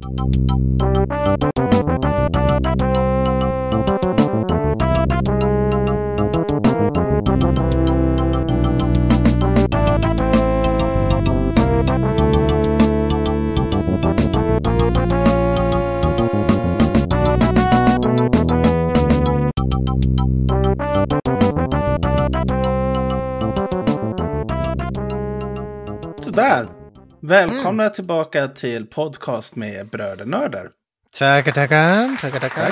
Där. Välkomna tillbaka till podcast med Brödernördar. Tackar.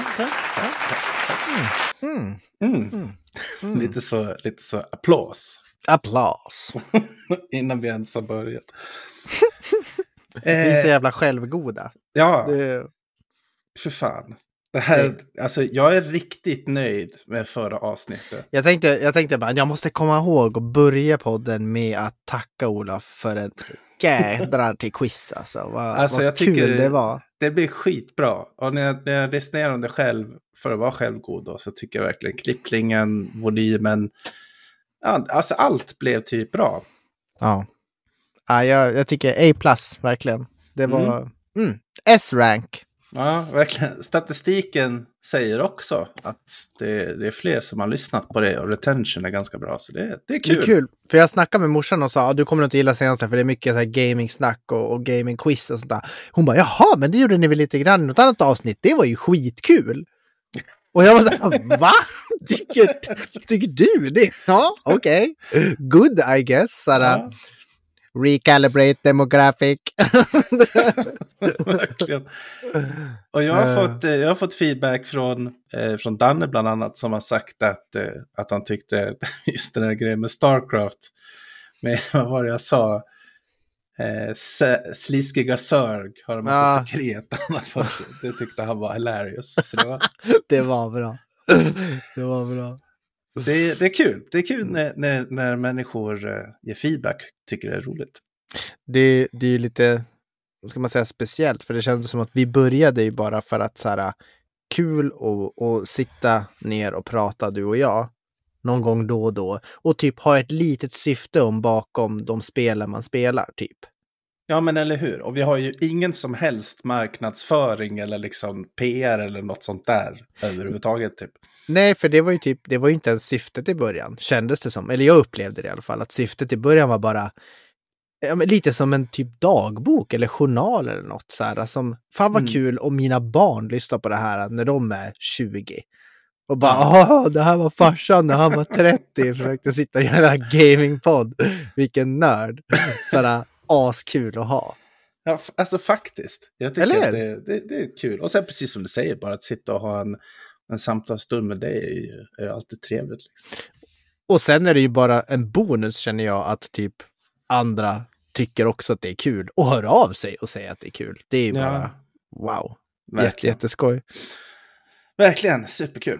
Lite så applås. Applås. Innan vi ens har börjat. Vi är så jävla självgoda. Ja, för fan. Det här, alltså, jag är riktigt nöjd med förra avsnittet. Jag tänkte bara, jag måste komma ihåg att börja podden med att tacka Olof för en jädrar till quiz. Vad jag kul tycker det var. Det blir skitbra. Och när jag resonerar om det själv, för att vara självgod då, så tycker jag verkligen klippningen, volymen, ja, alltså allt blev typ bra. Ja, jag tycker A+, verkligen. Det var S-rank. Ja, verkligen. Statistiken säger också att det är fler som har lyssnat på det och retention är ganska bra, så det är kul. Det är kul, för jag snackade med morsan och sa du kommer inte gilla senaste för det är mycket så här gaming-snack och gaming-quiz och sånt där. Hon bara, jaha, men det gjorde ni väl lite grann i något annat avsnitt, det var ju skitkul. Och jag var så här, va? Tycker du det? Ja, okej. Good, I guess. Ja. Recalibrate demographic. Verkligen. Och jag har fått feedback från Danne bland annat, som har sagt att han tyckte just den här grejen med Starcraft, med vad var det jag sa, sliskiga sörg har en massa sekret annat för sig. Det tyckte han var hilarious. Så det var bra. Det var bra. Det är kul. Det är kul när människor ger feedback, tycker det är roligt. Det är lite, vad ska man säga, speciellt, för det kändes som att vi började ju bara för att så här, kul och sitta ner och prata, du och jag, någon gång då och då, och typ ha ett litet syfte bakom de spelen man spelar, typ. Ja, men eller hur? Och vi har ju ingen som helst marknadsföring eller liksom PR eller något sånt där överhuvudtaget, typ. Nej, för det var ju inte ens syftet i början, kändes det som. Eller jag upplevde det i alla fall, att syftet i början var bara lite som en typ dagbok eller journal eller något så här, som fan vad kul om mina barn lyssnar på det här när de är 20. Och bara, det här var farsan när han var 30 försökte sitta och göra en gamingpodd. Vilken nörd. Sådär askul att ha. Ja, alltså faktiskt. Jag tycker att det är kul. Och sen precis som du säger, bara att sitta och ha en samtalsstund med dig är alltid trevligt. Liksom. Och sen är det ju bara en bonus, känner jag, att typ andra tycker också att det är kul och hör av sig och säger att det är kul. Det är ju bara wow. Jätteskoj. Verkligen, superkul.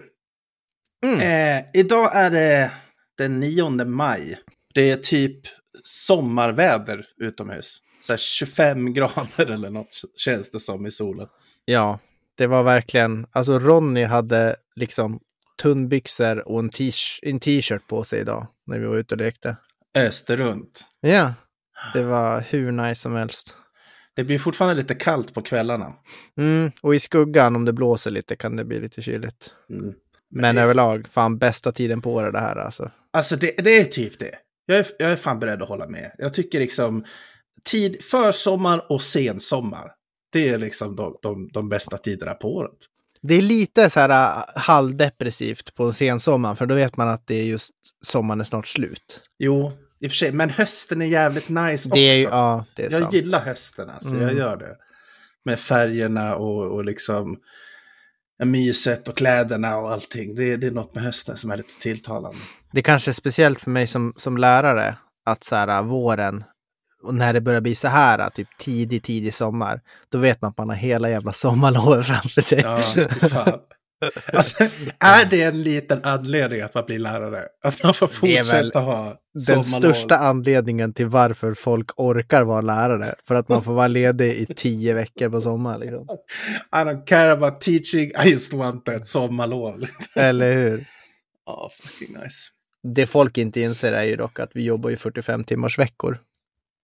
Idag är det den 9 maj. Det är typ sommarväder utomhus. Så här 25 grader eller något känns det som i solen. Ja, det var verkligen, alltså Ronny hade liksom tunnbyxor och en t-shirt på sig idag när vi var ute och lekte. Öster runt. Ja, det var hur nice som helst. Det blir fortfarande lite kallt på kvällarna. Och i skuggan, om det blåser lite, kan det bli lite kyligt. Men överlag, fan bästa tiden på året det här alltså. Alltså det är typ det. Jag är fan beredd att hålla med. Jag tycker liksom försommar och sensommar, det är liksom de bästa tiderna på året. Det är lite så här halvdepressivt på sensommaren, för då vet man att det är just sommaren är snart slut. Jo, i och för sig, men hösten är jävligt nice också. Det är sant. Jag gillar hösten, alltså, jag gör det. Med färgerna och liksom myset och kläderna och allting. Det är något med hösten som är lite tilltalande. Det kanske är speciellt för mig som lärare att så här våren, och när det börjar bli så här typ tidig sommar, då vet man att man har hela jävla sommarlovet framför sig. Ja, fan. Alltså, är det en liten anledning att man blir lärare? Att man får fortsätta ha den största anledningen till varför folk orkar vara lärare. För att man får vara ledig i 10 veckor på sommar. Liksom. I don't care about teaching, I just want ett sommarlov. Eller hur? Ja, fucking nice. Det folk inte inser är ju dock att vi jobbar ju 45 timmars veckor.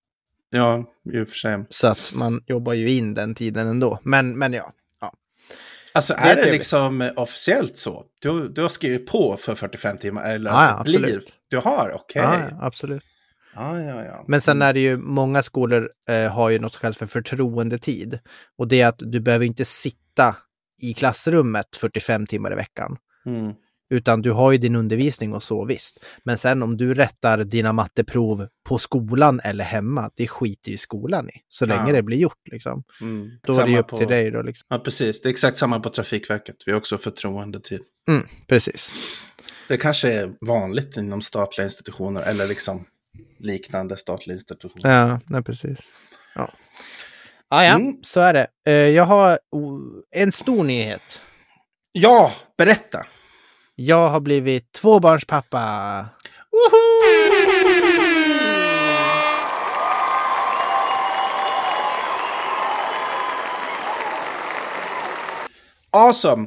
Ja, i och för sig. Så att man jobbar ju in den tiden ändå. Men ja. Alltså Det är det trevligt. liksom officiellt så? Du har skrivit på för 45 timmar? Eller Ja, att det blir? absolut. Du har? Okej. Ja, absolut. Ja. Men sen är det ju, många skolor har ju något som kallas för förtroendetid. Och det är att du behöver inte sitta i klassrummet 45 timmar i veckan. Mm. Utan du har ju din undervisning och så visst. Men sen om du rättar dina matteprov på skolan eller hemma, det skiter ju skolan i. Så länge det blir gjort liksom. Då är det ju upp till dig då liksom. Ja, precis. Det är exakt samma på Trafikverket. Vi har också förtroendetid. Precis. Det kanske är vanligt inom statliga institutioner eller liksom liknande statliga institutioner. Ja, nej, precis. Ja. Så är det. Jag har en stor nyhet. Ja, berätta. Jag har blivit tvåbarnspappa. Woho! Awesome.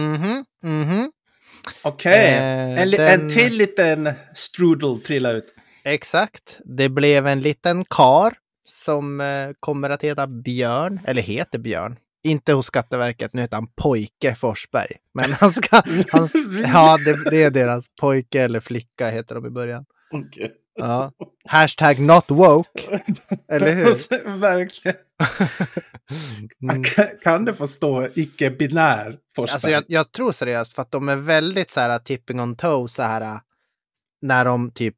Okej. En till liten strudel trilla ut. Exakt. Det blev en liten kar som kommer att heta Björn, eller heter Björn. Inte hos Skatteverket, nu heter han Pojke Forsberg. Men han ska... det är deras pojke eller flicka heter de i början. Okay. Ja. Hashtag not woke. Eller hur? Verkligen. Kan det få stå icke-binär Forsberg? Alltså jag tror seriöst, för att de är väldigt så här tipping on toes så här när de typ...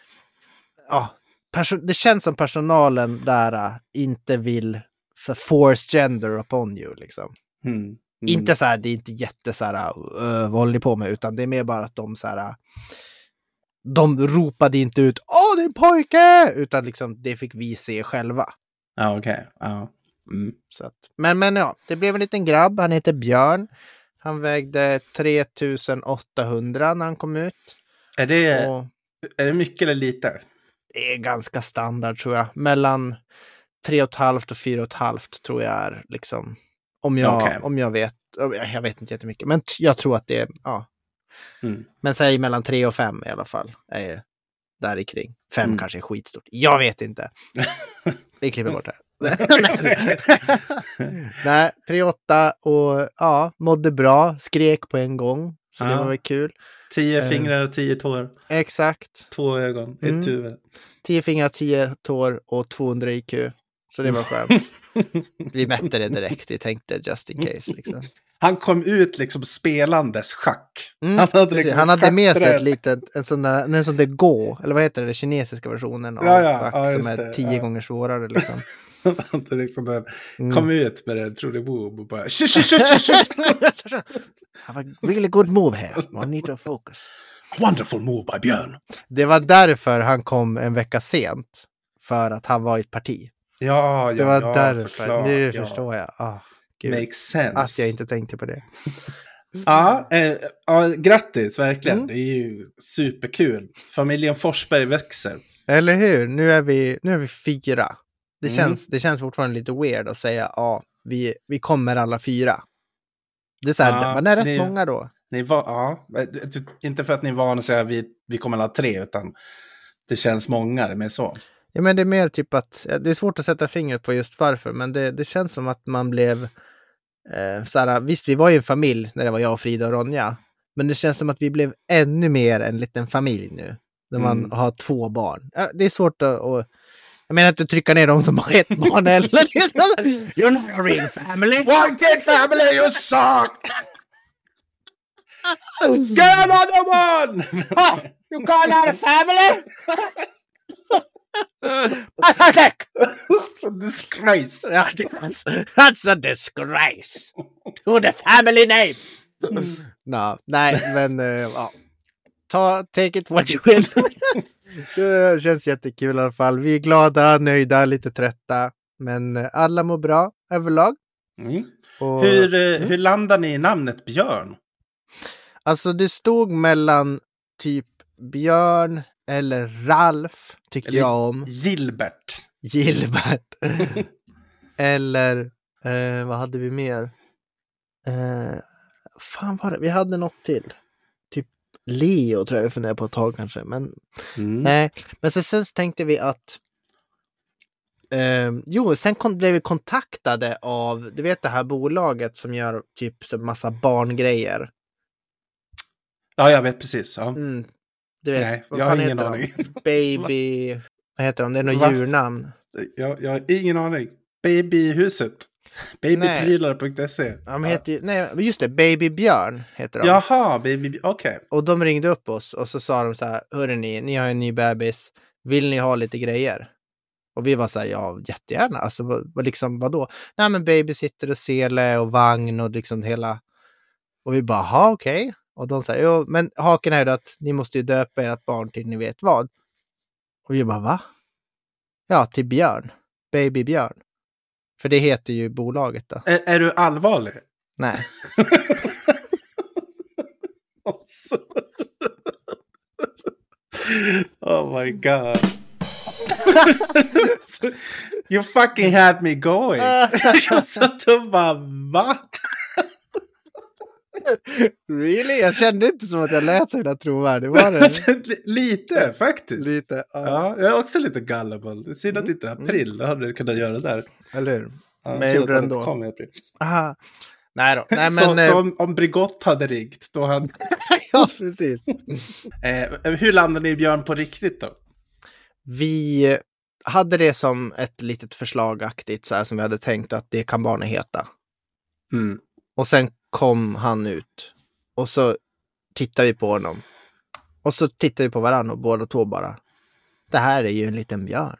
det känns som personalen där inte vill force gender upon you liksom. Inte så här, det är inte jätte så här vad håller ni på med, utan det är mer bara att de så här de ropade inte ut det är en pojke, utan liksom det fick vi se själva. Ja, okej. Ja. Så att, men ja, det blev en liten grabb, han heter Björn. Han vägde 3800 när han kom ut. Är det mycket eller lite? Det är ganska standard tror jag. Mellan 3,5 och 4,5 tror jag är liksom. Om jag vet. Jag vet inte jättemycket. Men jag tror att det är, Men säg mellan 3 och 5 i alla fall. Är där i kring. 5 kanske är skitstort. Jag vet inte. Vi klipper bort det här. Nej, 3,8 och mådde bra. Skrek på en gång. Så det var väl kul. 10 fingrar och 10 tår. Exakt. 2 ögon, ett huvud. 10 fingrar, 10 tår och 200 IQ. Så det var skönt. Vi mätte det direkt. Vi tänkte just in case. Liksom. Han kom ut liksom spelandes schack. Han hade med sig ett litet, en sån där gå. Eller vad heter det? Den kinesiska versionen av schack som är 10 gånger svårare. Liksom. Liksom kom ut med det, trodde Bob och bara have a really good move here. I need to focus. Wonderful move by Björn. Det var därför han kom en vecka sent. För att han var i ett parti. Ja, det var därför. Såklart, nu förstår jag. Makes sense. Att jag inte tänkte på det. Grattis, verkligen. Det är ju superkul. Familjen Forsberg växer. Eller hur? Nu är vi 4. Det känns fortfarande lite weird att säga vi kommer alla 4. Det är så här, man är rätt många då. Inte för att ni är vana att säga vi kommer alla 3, utan det känns många med så. Ja, men det är mer typ att det är svårt att sätta fingret på just varför, men det känns som att man blev så här, visst vi var ju en familj när det var jag, Frida och Ronja, men det känns som att vi blev ännu mer en liten familj nu när man har 2 barn. Det är svårt att jag menar inte trycka ner dem som har 1 barn eller you're not a real family. One kid family, you suck! Get another one! You call that a family? Disgrace. That's a disgrace to the family name. Nej, men take it what you will. Det känns jättekul i alla fall. Vi är glada, nöjda, lite trötta, men alla mår bra överlag. Och, hur landar ni i namnet Björn? Alltså det stod mellan typ Björn eller Ralf tyckte jag om. Gilbert. Eller vad hade vi mer? Fan var det? Vi hade något till. Typ Leo tror jag funderade på ett tag kanske. Men nej. Men sen tänkte vi att Sen blev vi kontaktade av, du vet det här bolaget som gör typ så massa barngrejer. Ja, jag vet precis. Ja. Du vet, nej, jag har ingen aning. Baby, vad heter de? Det är något djurnamn. Jag har ingen aning. Babyhuset. Babyprylar.se. Ja, men heter ju, nej, just det, Baby Björn heter de. Jaha, okej. Okay. Och de ringde upp oss och så sa de så här, hörru ni har en ny bebis, vill ni ha lite grejer? Och vi var så här, ja jättegärna, alltså vadå? Nej men babysitter och sele och vagn och liksom hela, och vi bara, ha okej. Och de säger, jo men haken är ju att ni måste ju döpa ert barn till ni vet vad. Och vi bara, va? Ja, till Björn, Baby Björn. För det heter ju bolaget då. Är du allvarlig? Nej. Oh my god. You fucking had me going. Jag satt och bara, va? Really? Jag kände inte som att jag lät så trovärdig. Var det? Lite faktiskt. Lite, ja, jag är också lite gullible. Det är synd att inte april hade du kunnat göra det där. Eller hur? Ja, men jag gjorde det ändå. Kom i april. Aha. Nej då. Nej, men, så om Brigott hade ringt, då hade... ja, precis. Hur landade ni i Björn på riktigt då? Vi hade det som ett litet förslagaktigt så här, som vi hade tänkt att det kan barnet heta. Mm. Och sen kom han ut. Och så tittade vi på honom. Och så tittade vi på varandra och båda två bara. Det här är ju en liten björn.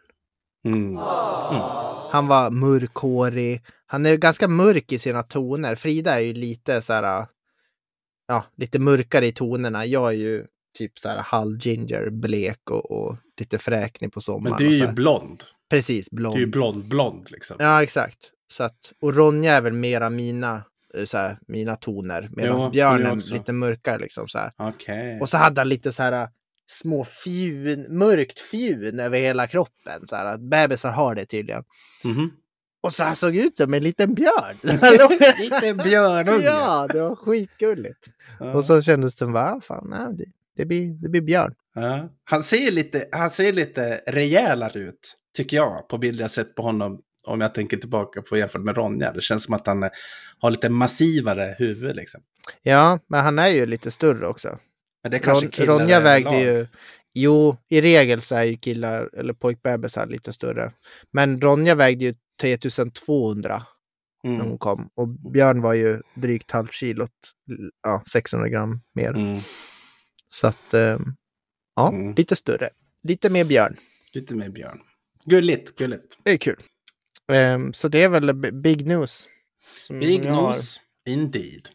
Han var mörkhårig. Han är ganska mörk i sina toner. Frida är ju lite så här, ja, lite mörkare i tonerna. Jag är ju typ så här halv ginger, blek och lite fräknig på sommaren. Men du är ju blond. Precis, blond. Du är ju blond liksom. Ja, exakt. Så att, och Ronja är väl mera mina toner. Medan Björn är lite mörkare liksom så här. Okay. Och så hade han lite så här små mörkt fjun över hela kroppen. Så här, bebisar har det tydligen. Mm-hmm. Och så han såg ut som en liten björn. En liten björnunge. Ja, det var skitgulligt. Ja. Och så kändes det, va fan, nej, det blir björn. Ja. Han ser lite rejälare ut, tycker jag, på bilder jag sett på honom. Om jag tänker tillbaka på jämfört med Ronja. Det känns som att han har lite massivare huvud liksom. Ja, men han är ju lite större också. Men det kanske killar Ronja vägde ju... Jo, i regel så är ju killar eller pojkbebisar lite större. Men Ronja vägde ju 3200 när hon kom. Och Björn var ju drygt halv kilot. Ja, 600 gram mer. Så att, lite större. Lite mer björn. Lite mer björn. Gulligt. Det är kul. Så det är väl big news. Big news, indeed.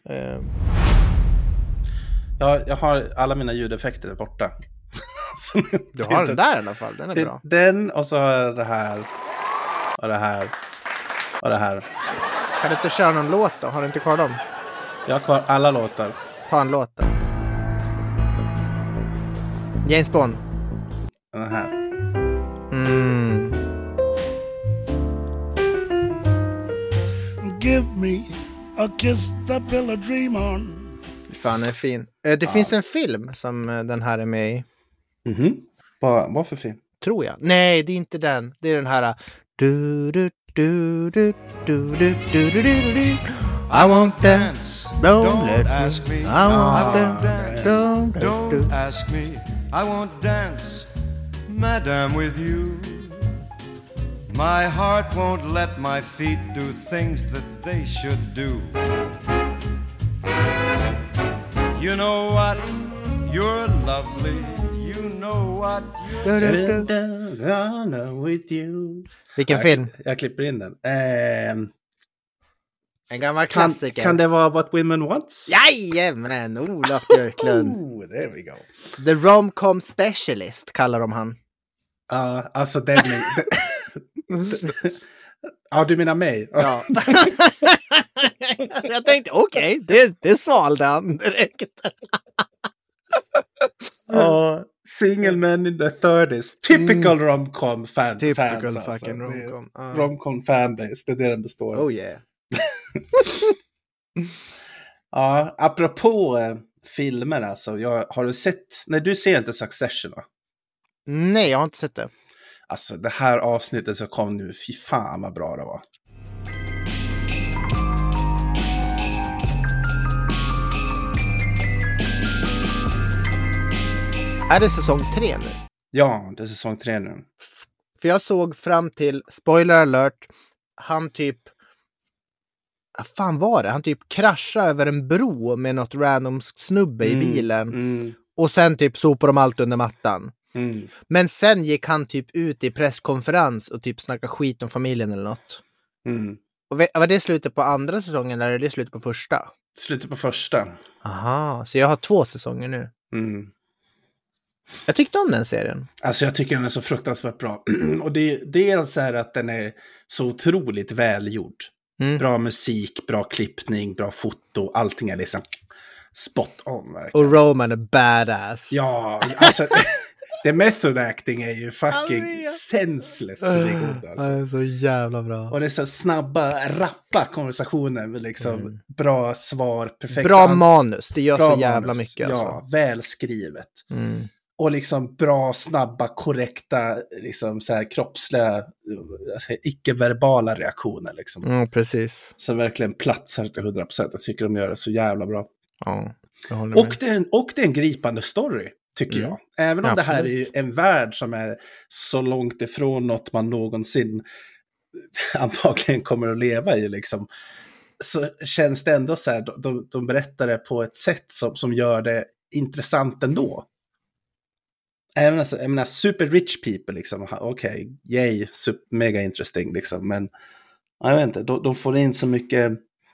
Jag har alla mina ljudeffekter borta. Du har den där i alla fall, den är bra. Den, och så har jag det här. Och det här. Och det här. Kan du inte köra någon låt då? Har du inte kvar dem? Jag har kvar alla låtar. Ta en låt då. James Bond. Den här. Give me a kiss to build a dream on. Fan, är fin. Det finns en film som den här är med i. Vad för film? Tror jag. Nej, det är inte den. Det är den här. I won't dance. Don't ask me. I won't dance. Don't ask me. I won't dance, madam, with you. My heart won't let my feet do things that they should do. You know what? You're lovely. You know what? You're with you. Vilken film? Jag klipper in den. En gammal klassiker. Kan det vara What Women Wants? Jajamän, Olof Björklund. There we go. The Rom-Com Specialist kallar de han. Ja, alltså den ja, du menar mig? Ja. Jag tänkte, okej, det svalde han direkt. Single Men in the 30s. Typical rom-com fan. Typical fans, fucking alltså. rom-com. Rom-com fanbase, det är det den består. Oh yeah. Ja, apropå filmer alltså. Har du sett... Nej, du ser inte Succession, va? Nej, jag har inte sett det. Alltså det här avsnittet som kom nu, fy fan vad bra det var. Är det säsong 3 nu? Ja, det är säsong 3 nu. För jag såg fram till, spoiler alert, han typ, vad fan var det? Han typ kraschade över en bro med något random snubbe i bilen. Och sen typ sopade de allt under mattan. Men sen gick han typ ut i presskonferens och typ snackade skit om familjen eller något. Och var det slutet på andra säsongen eller är det slutet på första? Slutet på första. Aha, så jag har 2 säsonger nu. Jag tyckte om den serien. Alltså jag tycker den är så fruktansvärt bra. Och det är så här att den är så otroligt välgjord. Bra musik, bra klippning, bra foto. Allting är liksom spot on. Verkligen. Och Roman är badass. Ja, alltså the method acting är ju fucking senseless. Det är så jävla bra. Och det är så snabba, rappa konversationer med liksom bra svar, perfekt. Bra manus, det gör bra så jävla manus. mycket. Alltså. Ja, välskrivet. Och liksom bra, snabba, korrekta, liksom så här kroppsliga, icke-verbala reaktioner. Liksom. Precis. Så verkligen platsar till 100%. Jag tycker de gör det så jävla bra. Ja, jag håller med. Och det är en gripande story, tycker jag. Även om det här är en värld som är så långt ifrån något man någonsin antagligen kommer att leva i, liksom. Så känns det ändå så här, de berättar det på ett sätt som gör det intressant ändå. Även alltså, jag menar, super rich people liksom, okej, yay, mega interesting liksom, men jag vet inte, de får in så mycket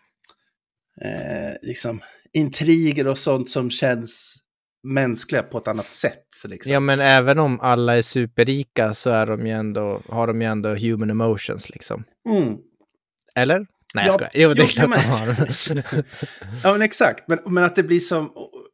liksom intriger och sånt som känns mänskliga på ett annat sätt liksom. Ja, men även om alla är superrika så är de ju ändå, har de ju ändå human emotions liksom. Eller? Nej, jag skojar. Jo, det är klart de har. Ja, men exakt, men att det blir som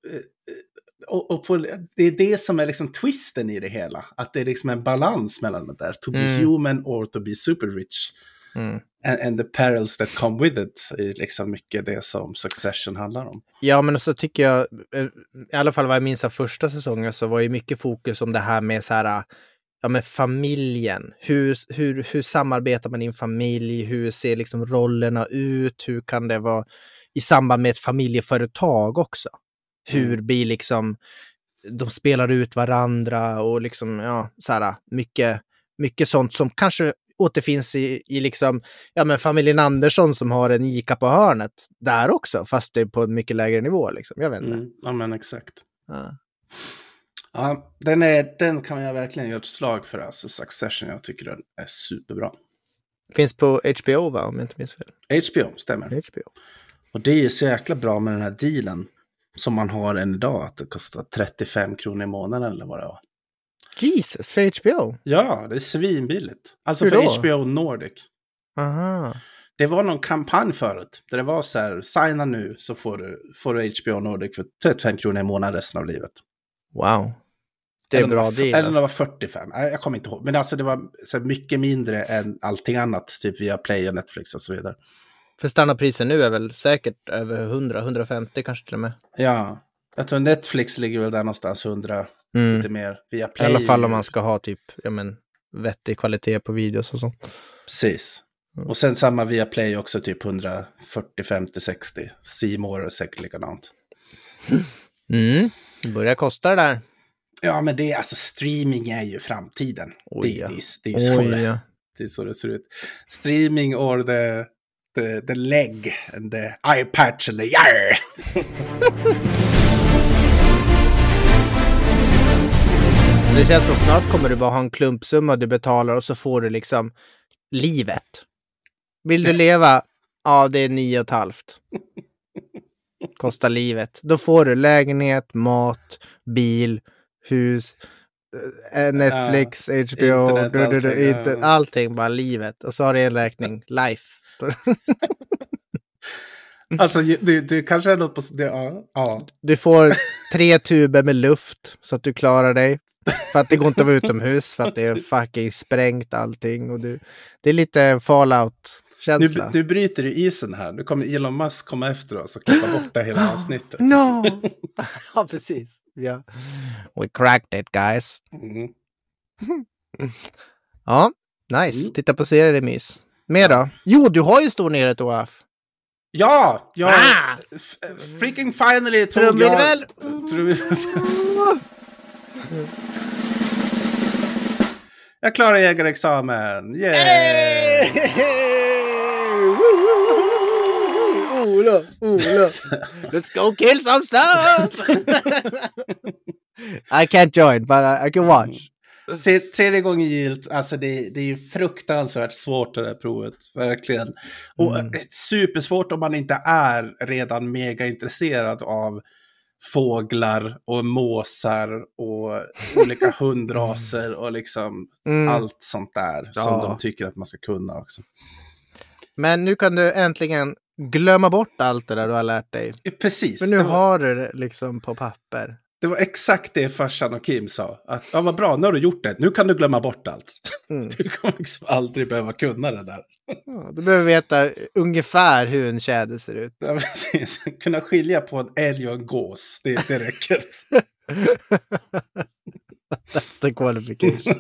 det är det som är liksom twisten i det hela. Att det är liksom en balans mellan det där. To be human or to be super rich. And the perils that come with it är liksom mycket det som Succession handlar om. Ja, men så tycker jag, i alla fall vad jag minns av första säsongen, så var ju mycket fokus om det här med så här, ja, med familjen. Hur samarbetar man i en familj? Hur ser liksom rollerna ut? Hur kan det vara i samband med ett familjeföretag också? Hur blir liksom, de spelar ut varandra och liksom, ja, så här, mycket sånt som kanske återfinns i liksom, ja, men familjen Andersson som har en ICA på hörnet där också, fast det är på en mycket lägre nivå liksom, jag vet inte. Ja, men exakt. Ja, den kan jag verkligen göra ett slag för, alltså Succession, jag tycker den är superbra. Finns på HBO, va, om jag inte minns fel. HBO, stämmer. HBO. Och det är ju så jäkla bra med den här dealen som man har än idag, att det kostar 35 kronor i månaden eller vad det var. Jesus, för HBO? Ja, det är svinbilligt. Alltså hur för då? HBO Nordic. Aha. Det var någon kampanj förut, där det var så här, signa nu så får du HBO Nordic för 35 kronor i månaden resten av livet. Wow. Det är en bra deal. Eller det var 45, jag kommer inte ihåg. Men alltså det var så mycket mindre än allting annat, typ via Play och Netflix och så vidare. För standardprisen nu är väl säkert över 100-150 kanske till och med. Ja, jag tror Netflix ligger väl där någonstans 100, lite mer via Play. I alla fall om man ska ha typ, ja men, vettig kvalitet på videos och sånt. Precis. Och sen samma via Play också typ 140, 50, 60. C More är säkert likadant. Det börjar kosta det där. Ja, men det är alltså, streaming är ju framtiden. Det är så det ser ut. Streaming or the leg and the eye patch and the jar. Det känns som snart kommer du bara ha en klumpsumma du betalar och så får du liksom livet. Vill du leva? Ja, det är 9,5. Kostar livet. Då får du lägenhet, mat, bil, hus, Netflix, HBO, allting, bara livet. Och så har du en räkning, life. Alltså, du kanske är något på... Ja. Du får 3 tuber med luft så att du klarar dig. För att det går inte att vara utomhus, för att det är fucking sprängt allting. Och det är lite Fallout-känsla. Nu bryter du isen här. Nu kommer Elon Musk komma efter oss och klippa bort det hela avsnittet. No! Ja, precis. Yeah. We cracked it, guys. Ja, nice. Titta på serier är mys. Mer då? Jo, du har ju stor nyhet, OF. Ja, jag freaking finally tog jag... Jag klarar jägarexamen. Yay! Ola. Let's go kill some stuff! I can't join, but I can watch. Tredje gången gilt, alltså det är ju fruktansvärt svårt det där provet, verkligen. Och supersvårt om man inte är redan mega intresserad av fåglar och måsar och olika hundraser och liksom allt sånt där som de tycker att man ska kunna också. Men nu kan du äntligen glömma bort allt det där du har lärt dig. Precis. För nu har du det liksom på papper. Det var exakt det farsan och Kim sa. Att vad bra, nu har du gjort det. Nu kan du glömma bort allt. Du kommer liksom aldrig behöva kunna det där. Ja, du behöver veta ungefär hur en tjäder ser ut. Ja, precis. Kunna skilja på en älg och en gås. Det räcker. That's the qualification.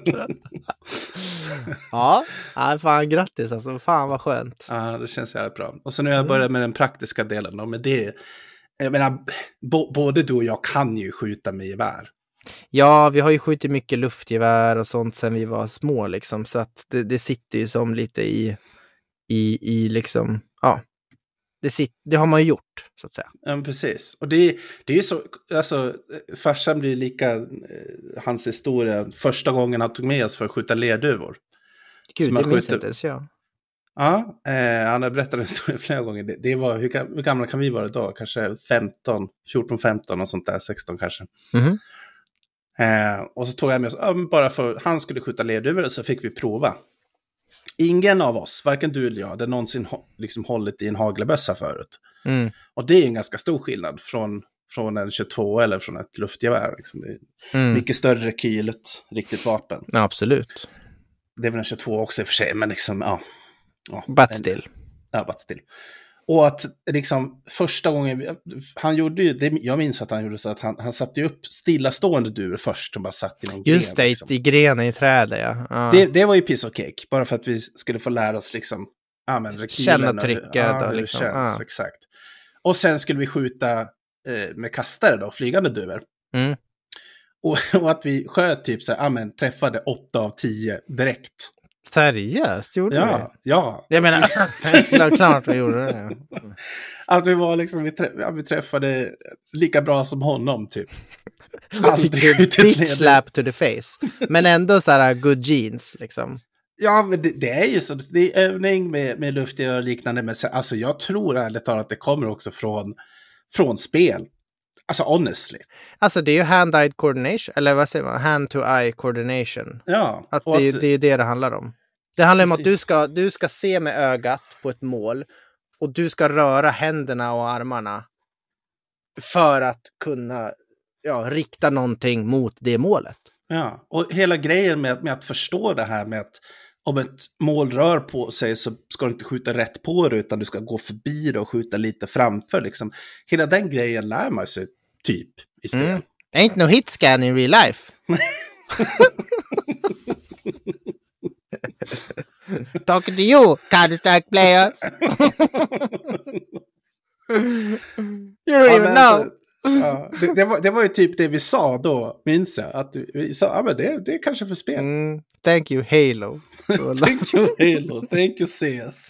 Ja, fan grattis alltså. Fan vad skönt. Ja, det känns jävligt bra. Och så nu har jag börjat med den praktiska delen. Och med det, jag menar, både du och jag kan ju skjuta med gevär. Ja, vi har ju skjutit mycket luftgevär och sånt sen vi var små liksom. Så att det sitter ju som lite i liksom, ja. Det har man ju gjort, så att säga. Ja, precis. Och det är ju så, alltså, farsan blir lika, hans historia, första gången han tog med oss för att skjuta lerduvor. Gud, det minns inte ens jag. Ja, han har berättat en historia flera gånger. Det var, hur gamla kan vi vara då? Kanske 14-15 och sånt där, 16 kanske. Och så tog jag med oss, bara för han skulle skjuta lerduvor så fick vi prova. Ingen av oss, varken du eller jag, hade någonsin liksom hållit i en hagelbössa förut. Och det är en ganska stor skillnad från en 22 eller från ett luftgevär. Liksom. Det är mycket större rekyl, ett riktigt vapen. Ja, absolut. Det är väl en 22 också i och för sig, men liksom, ja. But still. Ja, but still. Och att liksom första gången, han gjorde ju, jag minns att han gjorde så att han satte ju upp stillastående duvor först och bara satt i någon gren. Just det, liksom. I grenen i trädet, ja. Det var ju piece of cake, bara för att vi skulle få lära oss liksom, känna trycket. Ja, det liksom. Känns, exakt. Och sen skulle vi skjuta med kastare då, flygande duvor. Och att vi sköt typ så här, träffade 8 av 10 direkt. Seriöst, gjorde vi? Ja. Jag menar, klart vi gjorde det. Att vi var liksom, vi träffade lika bra som honom typ. Aldrig bitch slap to the face. Men ändå så här good genes liksom. Ja, men det är ju så. Det är övning med luftgevär och liknande. Men alltså jag tror ärligt talat att det kommer också från spel. Alltså honestly. Alltså det är ju hand-eye coordination. Eller vad säger man? Hand-to-eye coordination. Ja. Att det är det handlar om. Det handlar om att du ska se med ögat på ett mål. Och du ska röra händerna och armarna. För att kunna rikta någonting mot det målet. Ja, och hela grejen med att förstå det här med att om ett mål rör på sig så ska du inte skjuta rätt på det utan du ska gå förbi det och skjuta lite framför. Liksom. Hela den grejen lär man sig typ i spel. Ain't no hit scan in real life. Talking to you, Counter-Strike players. You don't even know. Ja, det var ju typ det vi sa då, minns jag. Att vi sa, men det är kanske för spel. Thank you Halo. Thank you Halo. Thank you CS.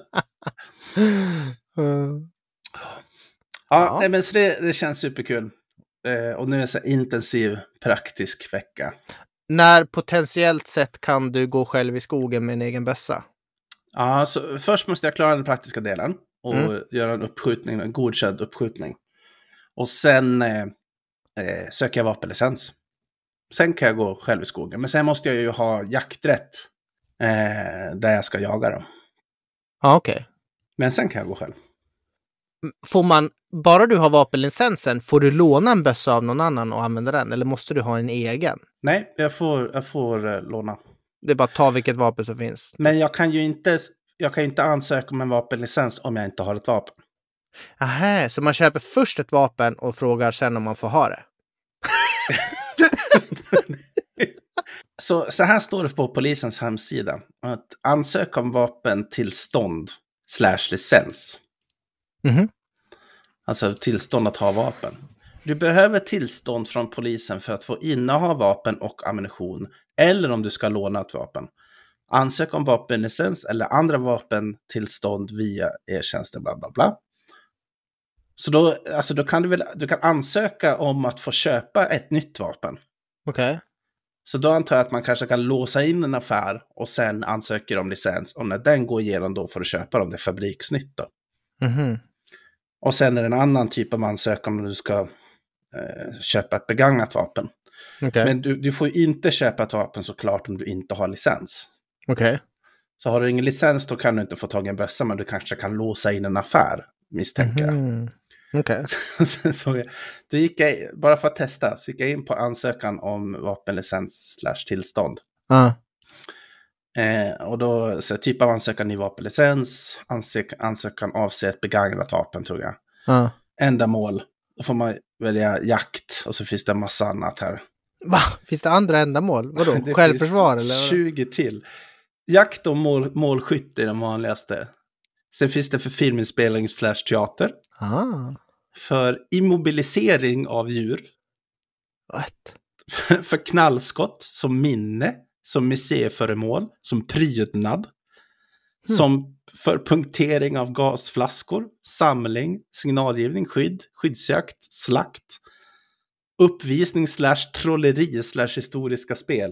Nej, men så det känns superkul. Och nu är det så intensiv praktisk vecka. När potentiellt sett kan du gå själv i skogen med en egen bössa? Ja, så först måste jag klara den praktiska delen. Och göra en uppskjutning, en godkänd uppskjutning. Och sen söker jag vapenlicens. Sen kan jag gå själv i skogen. Men sen måste jag ju ha jakträtt där jag ska jaga dem. Ja, okej. Men sen kan jag gå själv. Får man, bara du har vapenlicensen, får du låna en bössa av någon annan och använda den? Eller måste du ha en egen? Nej, jag får låna. Det är bara att ta vilket vapen som finns. Men jag kan ju inte ansöka om en vapenlicens om jag inte har ett vapen. Aha, så man köper först ett vapen och frågar sen om man får ha det? Så här står det på polisens hemsida. Att ansöka om vapentillstånd /licens. Mhm. Alltså tillstånd att ha vapen. Du behöver tillstånd från polisen för att få inneha vapen och ammunition. Eller om du ska låna ett vapen. Ansöka om vapenlicens eller andra vapentillstånd via e-tjänster bla bla bla. Så då kan du kan ansöka om att få köpa ett nytt vapen. Okej. Så då antar jag att man kanske kan låsa in en affär och sen ansöker om licens. Och när den går igenom då får du köpa dem, det fabriksnytt då. Mhm. Och sen är det en annan typ av ansökan om du ska köpa ett begagnat vapen. Okej. Men du får ju inte köpa ett vapen såklart om du inte har licens. Okej. Så har du ingen licens då kan du inte få tag i en bössa, men du kanske kan låsa in en affär, misstänker jag. Mhm. Okej. Så då gick jag, bara för att testa, så gick jag in på ansökan om vapenlicens /tillstånd. Ja. Och då så typ av ansökan ny vapenlicens, ansökan avser ett begagnat vapen tror jag. Ja. Ändamål, då får man välja jakt och så finns det en massa annat här. Va? Finns det andra ändamål? Vadå? Det Självförsvar finns eller? 20 till. Jakt och målskytte är de vanligaste. Sen finns det för filminspelning /teater. Ah. För immobilisering av djur. What? För knallskott, som minne, som museiföremål, som prydnad. Som för punktering av gasflaskor, samling, signalgivning, skyddsjakt, slakt. Uppvisning /trolleri /historiska spel.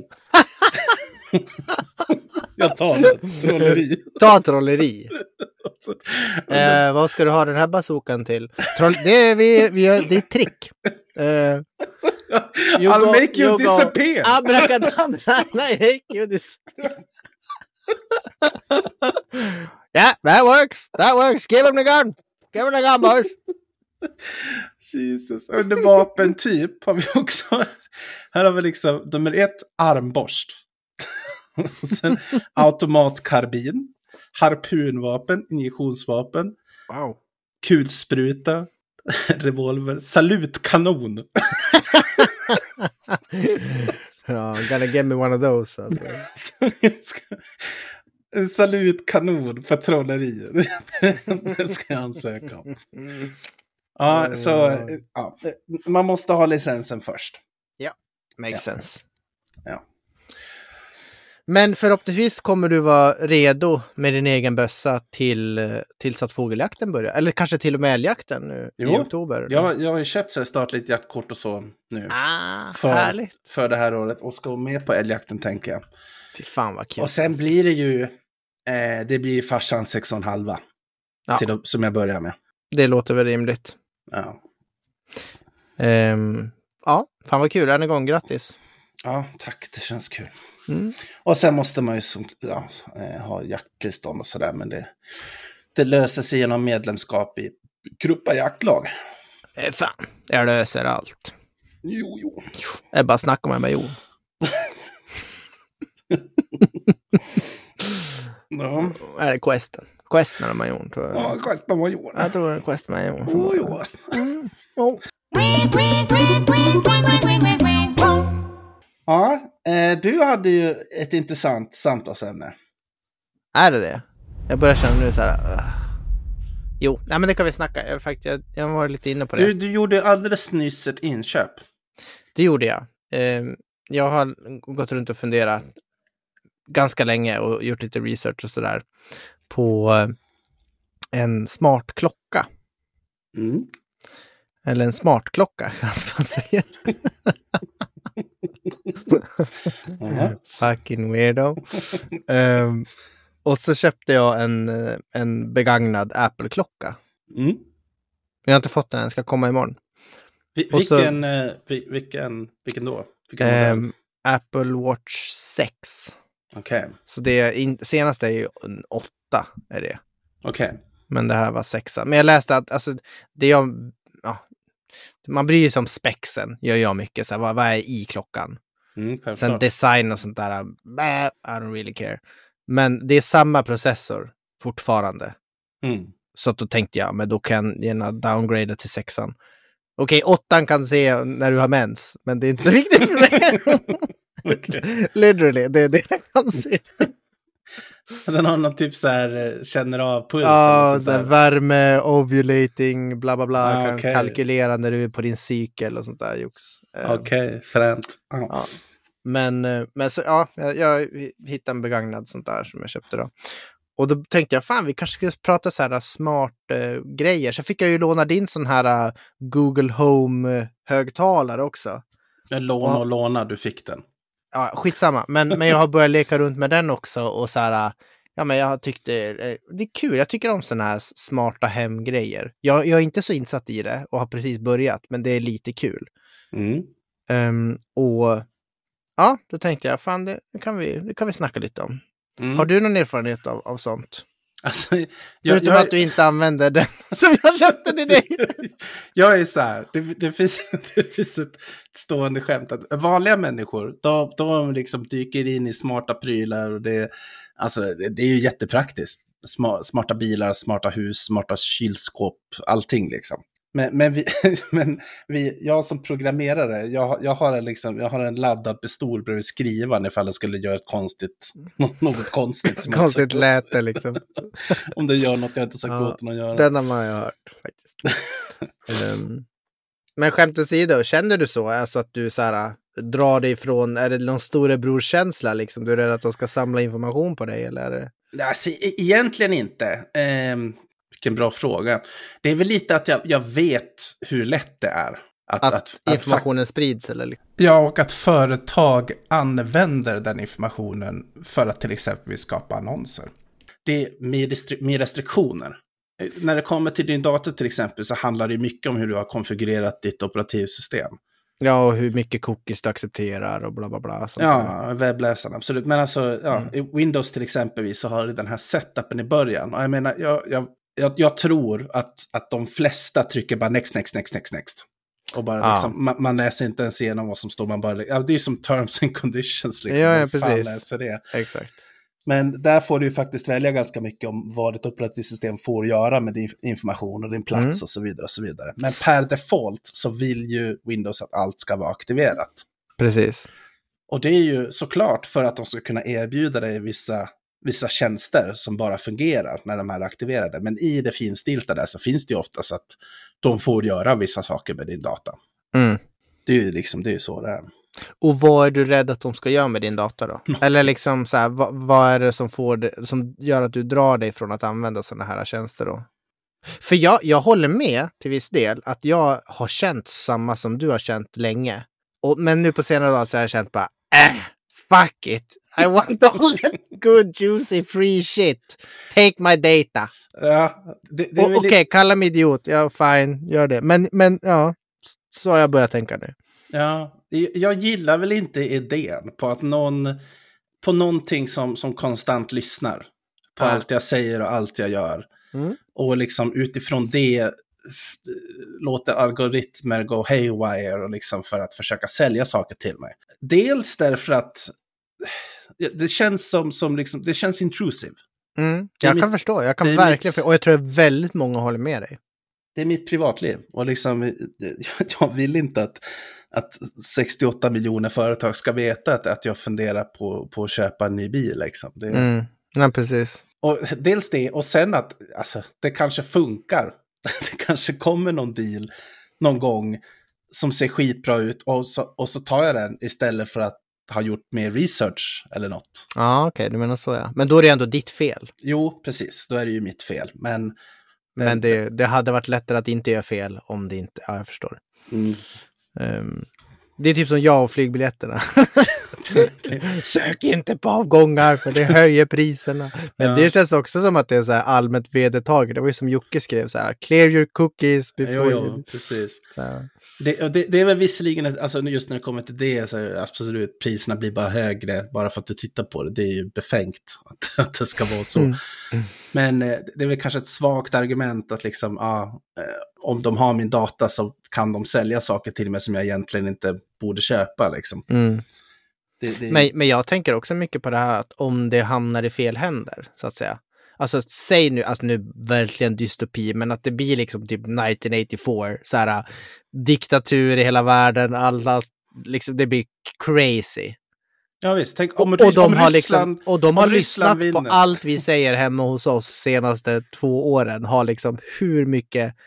Jag tar det. Trolleri. Ta trolleri. Vad ska du ha den här bazookan till? Det är ett trick. I'll make you disappear. Abracadabra, I make you disappear. Yeah, that works. Give him the gun, boys. Jesus. Under vapentyp har vi också. Här har vi liksom nummer 1, armborst. Och sen automatkarbin, harpunvapen, injektionsvapen, Wow. kulspruta, revolver, salutkanon. Ja, gotta get me one of those. Alltså. En salutkanon för trolleri. Det ska jag ansöka om. Ja, så ja, man måste ha licensen först. Ja, makes sense. Ja. Men förhoppningsvis kommer du vara redo med din egen bössa tills att fågeljakten börjar. Eller kanske till och med älgjakten nu i oktober. Jag har ju köpt så här statligt jaktkort och så nu. Härligt. För det här året. Och ska med på älgjakten tänker jag. Fy fan vad kul. Och sen blir det ju det blir farsan 6,5 som jag börjar med. Det låter väl rimligt. Ja. Ja, fan vad kul. Än en gång, grattis. Ja, tack. Det känns kul. Mm. Och sen måste man ju ha jakttillstånd och sådär. Men det löser sig genom medlemskap i gruppa jaktlag. Fan, jag löser allt. Jo. Det är bara snack om med jo. Ja. Är det questen? Questen har man gjort, tror jag. Ja, questen var gjord. Jag tror det är questen man gjort. Jo. Ja, du hade ju ett intressant samtalsämne. Är det? Jag börjar känna nu så här. Jo, nej, men det kan vi snacka. Jag var lite inne på det. Du gjorde alldeles nyss ett inköp. Det gjorde jag. Jag har gått runt och funderat ganska länge och gjort lite research och sådär på en smart klocka. Mm. Eller en smartklocka, kan man säga. Fucking weirdo. Och så köpte jag en begagnad Apple-klocka. Mm. Jag har inte fått den, den ska komma imorgon. Vilken då? Apple Watch 6. Okej. Så det senaste är ju en 8 är det. Okej. Men det här var 6. Men jag läste att alltså, man bryr sig om spexen, gör jag mycket. Så här, vad är i klockan? Sen design och sånt där, I don't really care. Men det är samma processor fortfarande. Så att då tänkte jag, men då kan jag gärna downgrada till 6:an. Okej, 8:an kan se när du har mens, men det är inte så viktigt för mig. Okay. Literally, det är det jag kan se. Den har någon typ så här, känner av pulsen. Ja, värme, ovulating, bla bla bla. Kan okay. kalkylera när du är på din cykel och sånt där jox. Okej, fränt. Ja. Men så, ja, jag hittade en begagnad sånt där som jag köpte då. Och då tänkte jag, fan vi kanske skulle prata så här smart grejer. Så fick jag ju låna din sån här Google Home-högtalare också. Jag låna, du fick den. Ja, skitsamma. Men jag har börjat leka runt med den också och så här, ja men jag tyckte det är kul. Jag tycker om såna här smarta hemgrejer. Jag är inte så insatt i det och har precis börjat, men det är lite kul. Och ja, då tänkte jag, fan det kan vi snacka lite om. Har du någon erfarenhet av sånt? Alltså, förutom att du inte använder den som jag köpte till dig. Jag är så här, det finns ett stående skämt att vanliga människor, de liksom dyker in i smarta prylar och det är ju jättepraktiskt. Smarta bilar, smarta hus, smarta kylskåp, allting liksom. Men jag som programmerare, jag har en laddad pistol bredvid skrivaren ifall jag skulle göra något konstigt. Konstigt lät det liksom. Om det gör något jag inte sagt åt den att göra. Den har man ju hört faktiskt. Men skämt åsido, känner du så? Alltså att du så här, drar dig ifrån, är det någon storebrorkänsla liksom? Du är rädd att de ska samla information på dig eller är det? Alltså, egentligen inte. Vilken bra fråga. Det är väl lite att jag vet hur lätt det är. Att informationen sprids eller? Ja, och att företag använder den informationen för att till exempel skapa annonser. Det är med restriktioner. När det kommer till din dator till exempel så handlar det mycket om hur du har konfigurerat ditt operativsystem. Ja, och hur mycket cookies du accepterar och bla bla bla. Ja, webbläsaren, absolut. Men alltså, i Windows till exempel så har du den här setupen i början. Och jag menar, jag tror att de flesta trycker bara next. Och bara liksom, man läser inte ens igenom vad som står. Man bara, det är som terms and conditions. Liksom. Ja, precis. Fan läser det. Exakt. Men där får du ju faktiskt välja ganska mycket om vad ett operativsystem får göra med din information och din plats och så vidare och så vidare. Men per default så vill ju Windows att allt ska vara aktiverat. Precis. Och det är ju såklart för att de ska kunna erbjuda dig vissa tjänster som bara fungerar när de är aktiverade. Men i det finstilta där så finns det ju oftast att de får göra vissa saker med din data. Det är ju så det är. Och vad är du rädd att de ska göra med din data då? Eller liksom så här, vad är det som gör att du drar dig från att använda sådana här tjänster då? För jag håller med till viss del att jag har känt samma som du har känt länge. Men nu på senare dag så har jag känt bara fuck it. I want all that good juicy free shit. Take my data. Ja, Okej, kalla mig idiot. Ja, fine, gör det. Men ja, så har jag börjat tänka nu. Ja, jag gillar väl inte idén på att på någonting som konstant lyssnar på allt jag säger och allt jag gör. Och liksom utifrån det låter algoritmer gå haywire och liksom för att försöka sälja saker till mig. Dels därför att det känns som liksom, det känns intrusive. Jag kan förstå, jag kan verkligen och jag tror att väldigt många håller med dig. Det är mitt privatliv och liksom jag vill inte att 68 miljoner företag ska veta att jag funderar på att köpa en ny bil liksom. Ja, precis. Och dels det, och sen att alltså, det kanske funkar. Det kanske kommer någon deal någon gång som ser skitbra ut och så tar jag den istället för att ha gjort mer research eller något. Ja, okej, du menar så ja. Men då är det ändå ditt fel. Jo, precis. Då är det ju mitt fel. Men det hade varit lättare att inte göra fel om det inte... Ja, jag förstår. Det är typ som jag och flygbiljetterna. Sök inte på avgångar för det höjer priserna. Men det känns också som att det är så här allmänt vedertaget. Det var ju som Jocke skrev så här: clear your cookies before you... precis. Det är väl visserligen, alltså just när det kommer till det så är absolut priserna blir bara högre bara för att du tittar på det. Det är ju befängt att det ska vara så. Men det är väl kanske ett svagt argument att liksom, om de har min data så kan de sälja saker till mig som jag egentligen inte borde köpa liksom. Men jag tänker också mycket på det här att om det hamnar i fel händer så att säga. Alltså säg nu, alltså nu verkligen dystopi, men att det blir liksom typ 1984 så här diktatur i hela världen, alla liksom, det blir crazy. Ja visst, tänk Och de har lyssnat på allt vi säger hemma hos oss senaste 2 åren. Har liksom hur mycket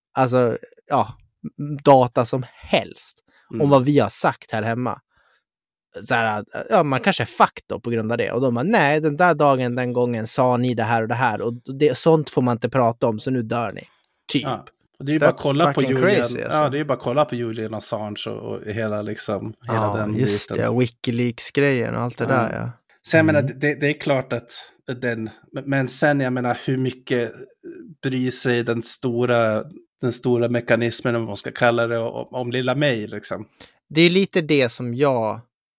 data som helst om vad vi har sagt här hemma. Så här, man kanske är fucked då på grund av det. Och de bara, nej, den där dagen, den gången sa ni det här och det här. Och sånt får man inte prata om, så nu dör ni. Typ. Ja. Och det är ju bara att kolla på Julian. Crazy, alltså. Ja, det är ju bara att kolla på Julian Assange och hela den just biten. Ja, Wikileaks-grejen och allt det där, ja. Så jag menar, det är klart att men sen jag menar, hur mycket bryr sig den stora mekanismen, om man ska kalla det, om lilla mig liksom. Det är lite det som jag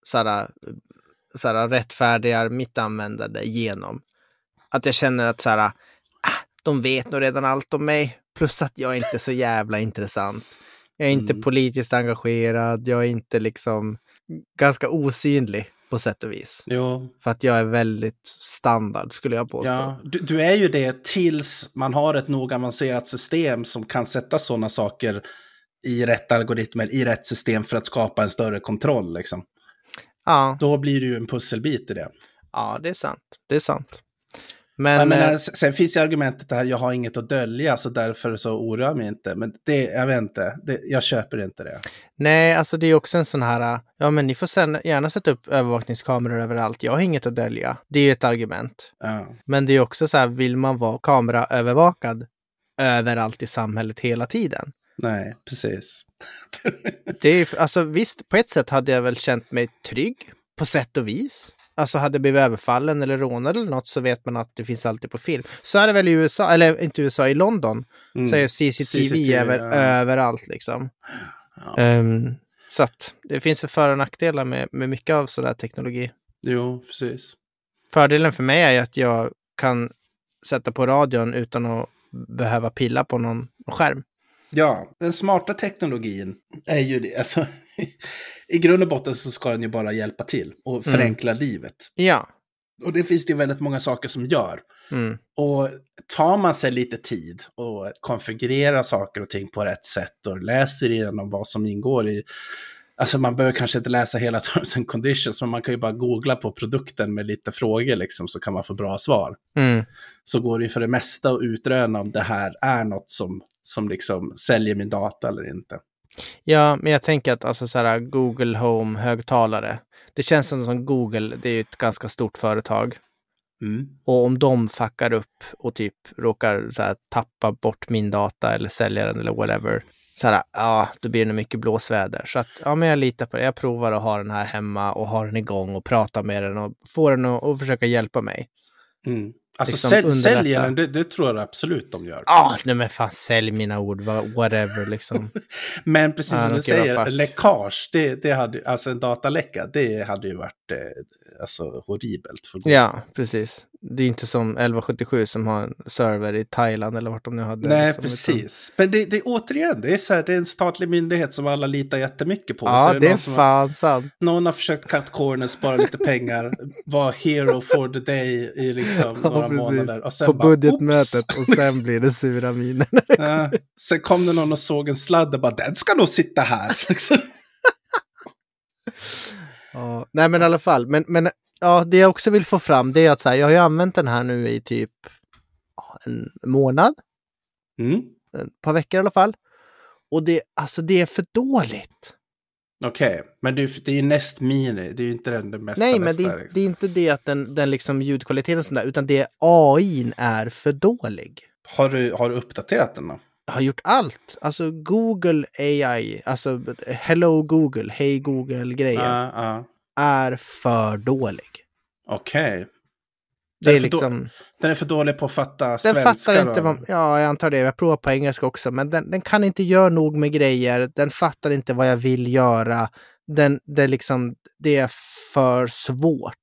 såhär rättfärdigar mitt användande genom. Att jag känner att de vet nog redan allt om mig. Plus att jag är inte så jävla intressant. Jag är inte politiskt engagerad. Jag är inte liksom ganska osynlig på sätt och vis. Jo. För att jag är väldigt standard, skulle jag påstå. Ja, du är ju det tills man har ett nog avancerat system som kan sätta sådana saker i rätt algoritmer, i rätt system för att skapa en större kontroll liksom. Ja. Då blir det ju en pusselbit i det. Ja, det är sant. Men, jag menar, sen finns ju argumentet här, jag har inget att dölja, så därför så oroar jag mig inte. Men jag vet inte, jag köper inte det. Nej, alltså det är också en sån här, men ni får gärna sätta upp övervakningskameror överallt. Jag har inget att dölja. Det är ju ett argument. Ja. Men det är också så här, vill man vara kameraövervakad överallt i samhället hela tiden? Nej, precis. Det är, alltså visst, på ett sätt hade jag väl känt mig trygg, på sätt och vis. Alltså hade blivit överfallen eller rånad eller något, så vet man att det finns alltid på film. Så är det väl i USA, eller inte USA, i London. Så är CCTV överallt liksom. Ja. Så att det finns för och nackdelar med mycket av sådär teknologi. Jo, precis. Fördelen för mig är att jag kan sätta på radion utan att behöva pilla på någon skärm. Ja, den smarta teknologin är ju det. Alltså, i grund och botten så ska den ju bara hjälpa till och förenkla livet. Ja. Och det finns det ju väldigt många saker som gör. Och tar man sig lite tid och konfigurerar saker och ting på rätt sätt och läser igenom vad som ingår i... Alltså man behöver kanske inte läsa hela terms and conditions, men man kan ju bara googla på produkten med lite frågor liksom, så kan man få bra svar. Så går det ju för det mesta att utröna om det här är något som liksom säljer min data eller inte. Ja, men jag tänker att alltså så här, Google Home-högtalare, det känns som Google, det är ju ett ganska stort företag. Och om de fuckar upp och typ råkar så här, tappa bort min data eller sälja den eller whatever, så här, då blir det mycket blåsväder. Så att, men jag litar på det. Jag provar att ha den här hemma och ha den igång och prata med den och få den att försöka hjälpa mig. Alltså liksom säljer den, det tror jag absolut de gör. Nej men fan, sälj mina ord, whatever liksom. Men precis som du säger, läckage, det hade, alltså en dataläcka, det hade ju varit alltså horribelt. Ja, precis. Det är inte som 1177 som har en server i Thailand eller vart de nu hade. Nej, liksom, precis. Men det återigen, det är så här, det är en statlig myndighet som alla litar jättemycket på. Ja, så det är fan sant. Någon har försökt cut corner, spara lite pengar, vara hero for the day i liksom några månader. Och sen på budgetmötet och sen blir det sura miner. Sen kom det någon och såg en sladd och bara, den ska nog sitta här. Nej men i alla fall, men ja, det jag också vill få fram, det är att så här, jag har ju använt den här nu i typ en månad. Ett par veckor i alla fall. Och det är för dåligt. Okej, men det är ju Nest Mini, det är ju inte den mesta. Nej, men det är inte det att den liksom ljudkvaliteten och sånt där, utan det AI är för dålig. Har du uppdaterat den då? Jag har gjort allt. Alltså Google AI, alltså Hello Google, Hey Google-grejen är för dålig. Okej. Det är liksom... Den är för dålig på att fatta den svenska. Fattar inte ja, jag antar det. Jag provar på engelska också. Men den kan inte göra nog med grejer. Den fattar inte vad jag vill göra. Det är för svårt.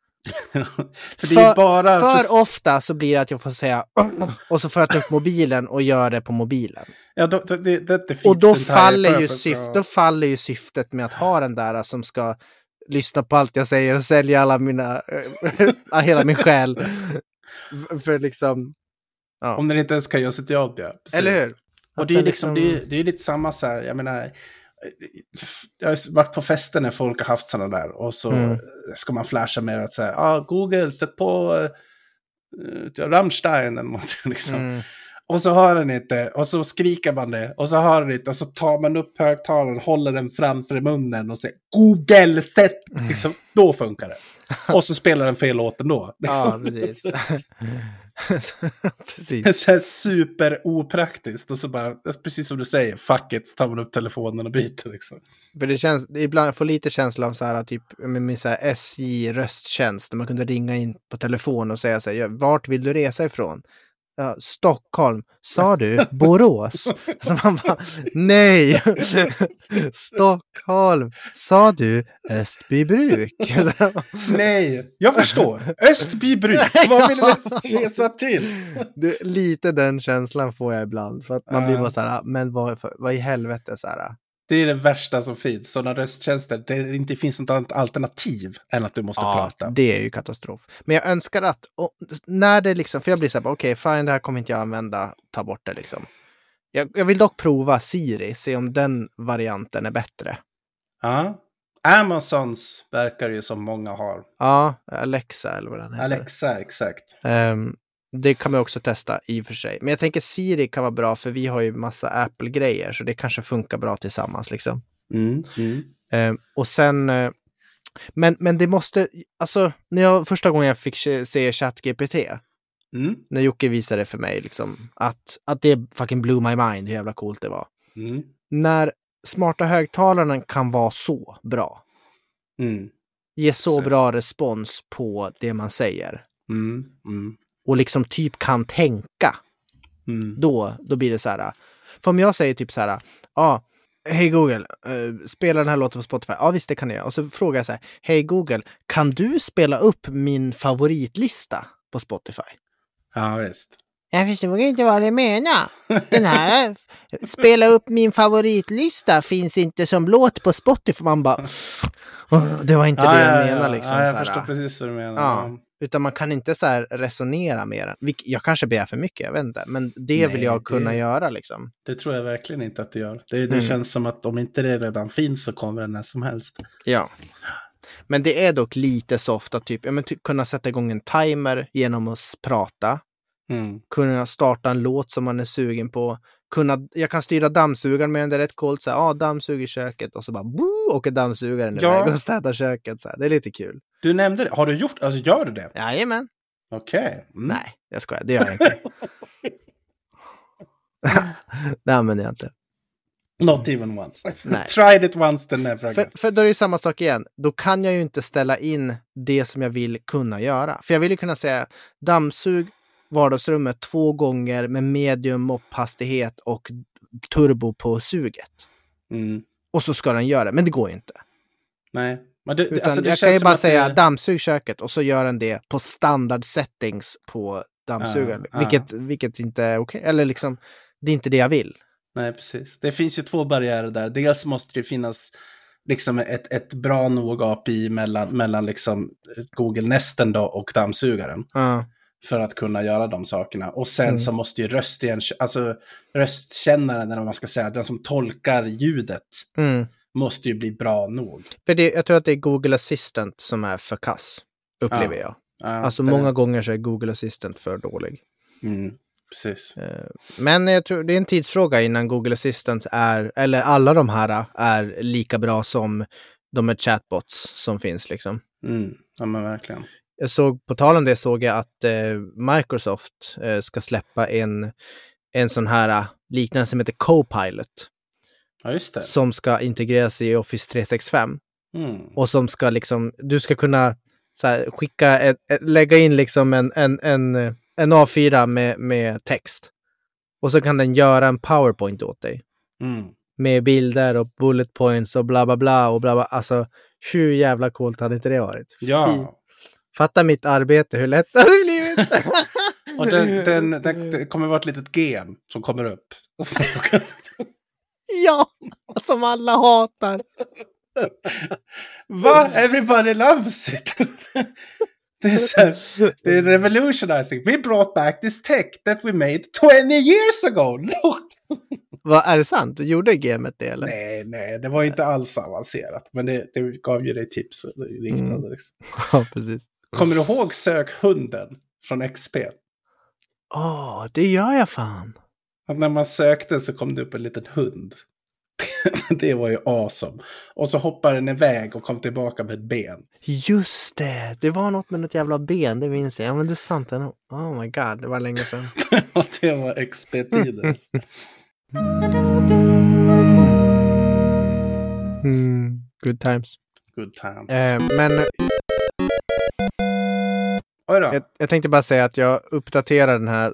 För ofta så blir det att jag får säga och så får jag ta upp mobilen och göra det på mobilen. Ja, och då faller ju syftet med att ha den där som ska lyssna på allt jag säger och sälja alla mina hela min själ för liksom om den inte ens kan göra sitt jobb, ja. Precis. Eller hur? Och det är liksom det är lite samma så här, jag menar Jag har varit på fester när folk har haft sådana där. Och så ska man flasha med att säga, Google, sätt på Rammstein eller något liksom. Och så hör den inte, och så skriker man det, och så hör den inte, och så tar man upp högtalaren, håller den framför munnen och säger Google, sätt, liksom, då funkar det. Och så spelar den fel låten då. Liksom. Ja, precis. Precis. Det är så här super opraktiskt, och så bara, precis som du säger, fuck it, så tar man upp telefonen och byter liksom. För det känns, ibland jag får lite känsla av så här, typ med min så här SJ-rösttjänst, där man kunde ringa in på telefon och säga så här, vart vill du resa ifrån? Stockholm, sa du Borås? Så man bara, nej. Stockholm, sa du Östbybruk? Nej, jag förstår. Östbybruk, vad vill du resa till? Lite den känslan får jag ibland, för att man blir bara så här, men vad i helvete så här. Det är det värsta som finns. Sådana rösttjänster, det inte finns något annat alternativ än att du måste prata. Det är ju katastrof. Men jag önskar att, när det liksom, för jag blir så här, okej, fine, det här kommer inte jag använda, ta bort det liksom. Jag vill dock prova Siri, se om den varianten är bättre. Ja, Amazons verkar ju som många har. Ja, Alexa eller vad den heter. Alexa, exakt. Det kan man också testa i och för sig. Men jag tänker Siri kan vara bra, för vi har ju massa Apple-grejer, så det kanske funkar bra tillsammans liksom. Och sen men det måste, alltså första gången jag fick se ChatGPT, när Jocke visade det för mig liksom, att det fucking blew my mind hur jävla coolt det var. När smarta högtalaren kan vara så bra. Ge så bra respons på det man säger. Och liksom typ kan tänka. Då blir det så här. För om jag säger typ så här, hej Google, spela den här låten på Spotify. Ja, visst, det kan jag. Och så frågar jag så här, hej Google, kan du spela upp min favoritlista på Spotify? Ja, visst. Jag förstår inte vad det menar. Den här, spela upp min favoritlista finns inte som låt på Spotify. Man bara, det var inte det jag menar liksom. Ja, jag förstår precis vad du menar. Ja. Utan man kan inte så här resonera med den. Jag kanske begär för mycket, jag vet inte. Men det vill jag kunna göra liksom. Det tror jag verkligen inte att det gör. Det känns som att om inte det redan finns så kommer det när som helst. Ja. Men det är dock lite soft att typ kunna sätta igång en timer genom att prata. Kunna starta en låt som man är sugen på. Jag kan styra dammsugaren med den, det är rätt coolt. Dammsug i köket, och så bara åker dammsugaren iväg och städar köket. Så här. Det är lite kul. Du nämnde det. Har du gjort, alltså gör du det? Jajamän. Okej. Nej, jag skojar. Det gör jag inte. Det använder jag inte. Not even once. Nej. Tried it once, then never again. För då är det samma sak igen. Då kan jag ju inte ställa in det som jag vill kunna göra. För jag vill ju kunna säga dammsug vardagsrummet 2 gånger med medium mopphastighet och turbo på suget. Och så ska den göra det. Men det går ju inte. Nej. Men jag kan ju bara säga dammsug köket, och så gör den det på standard settings på dammsugaren. Vilket inte är okej. Eller liksom, det är inte det jag vill. Nej, precis. Det finns ju 2 barriärer där. Dels måste det finnas liksom ett bra nog API mellan liksom Google Nesten då och dammsugaren. För att kunna göra de sakerna. Och sen så måste ju röstkännaren, eller vad man ska säga, den som tolkar ljudet, måste ju bli bra nog. För jag tror att det är Google Assistant som är för kass, upplever jag. Alltså många gånger så är Google Assistant för dålig. Precis. Men jag tror det är en tidsfråga innan Google Assistant eller alla de här är lika bra som de här chatbots som finns liksom. Ja, men verkligen. På tal om det såg jag att Microsoft ska släppa en sån här liknande som heter Copilot. Ja, just det. Som ska integreras i Office 365. Och som ska liksom, du ska kunna så här, lägga in liksom en A4 med text. Och så kan den göra en PowerPoint åt dig. Med bilder och bullet points och bla bla bla och bla bla. Alltså, hur jävla coolt hade inte det varit? Ja. Fatta mitt arbete, hur lätt det hade blivit. Och det kommer vara ett litet gen som kommer upp. Ja, som alla hatar. Va? Everybody loves it. Det är revolutionizing. We brought back this tech that we made 20 years ago. Look. Vad är det sant? Du gjorde gamet det eller? Nej, det var inte alls avancerat. Men det gav ju dig tips riktade. Liksom. Ja, precis. Kommer du ihåg sök hunden från XP? Det gör jag fan. Att när man sökte så kom det upp en liten hund. Det var ju awesome. Och så hoppade den iväg och kom tillbaka med ett ben. Just det. Det var något med något jävla ben, det minns jag. Ja, men det är sant. Oh my god, det var länge sedan. Och det var XP-tiden. Good times. Good times. Men Oj då. jag tänkte bara säga att jag uppdaterar den här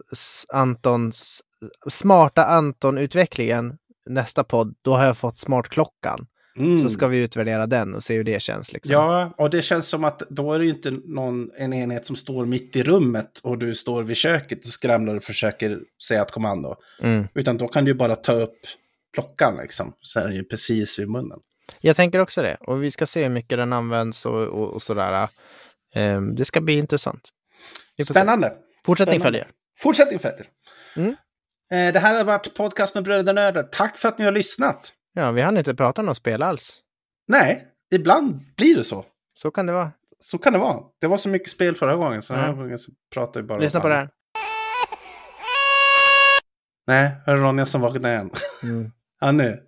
smarta Anton-utvecklingen nästa podd. Då har jag fått smartklockan. Så ska vi utvärdera den och se hur det känns. Liksom. Ja, och det känns som att då är det ju inte en enhet som står mitt i rummet och du står vid köket och skramlar och försöker säga ett kommando. Utan då kan du ju bara ta upp klockan liksom. Så är den ju precis vid munnen. Jag tänker också det. Och vi ska se hur mycket den används och sådär. Det ska bli intressant. Spännande. Fortsättning följer. Fortsättning följer. Det här har varit podcast med Bröder Nördar. Tack för att ni har lyssnat. Ja, vi hann inte prata om något spel alls. Nej, ibland blir det så. Så kan det vara. Så kan det vara. Det var så mycket spel förra gången så här gången så pratar vi bara. Lyssna på det här. Nej, hör Ronja som vaknade igen. Ja, nu.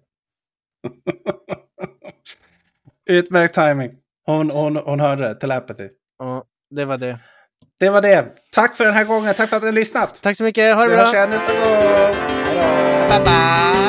Utmärkt timing. Hon hörde det, telepathy. Ja, det var det. Det var det. Tack för den här gången. Tack för att ni har lyssnat. Tack så mycket. Ha det bra. Vi hörs igen nästa gång. Bye bye.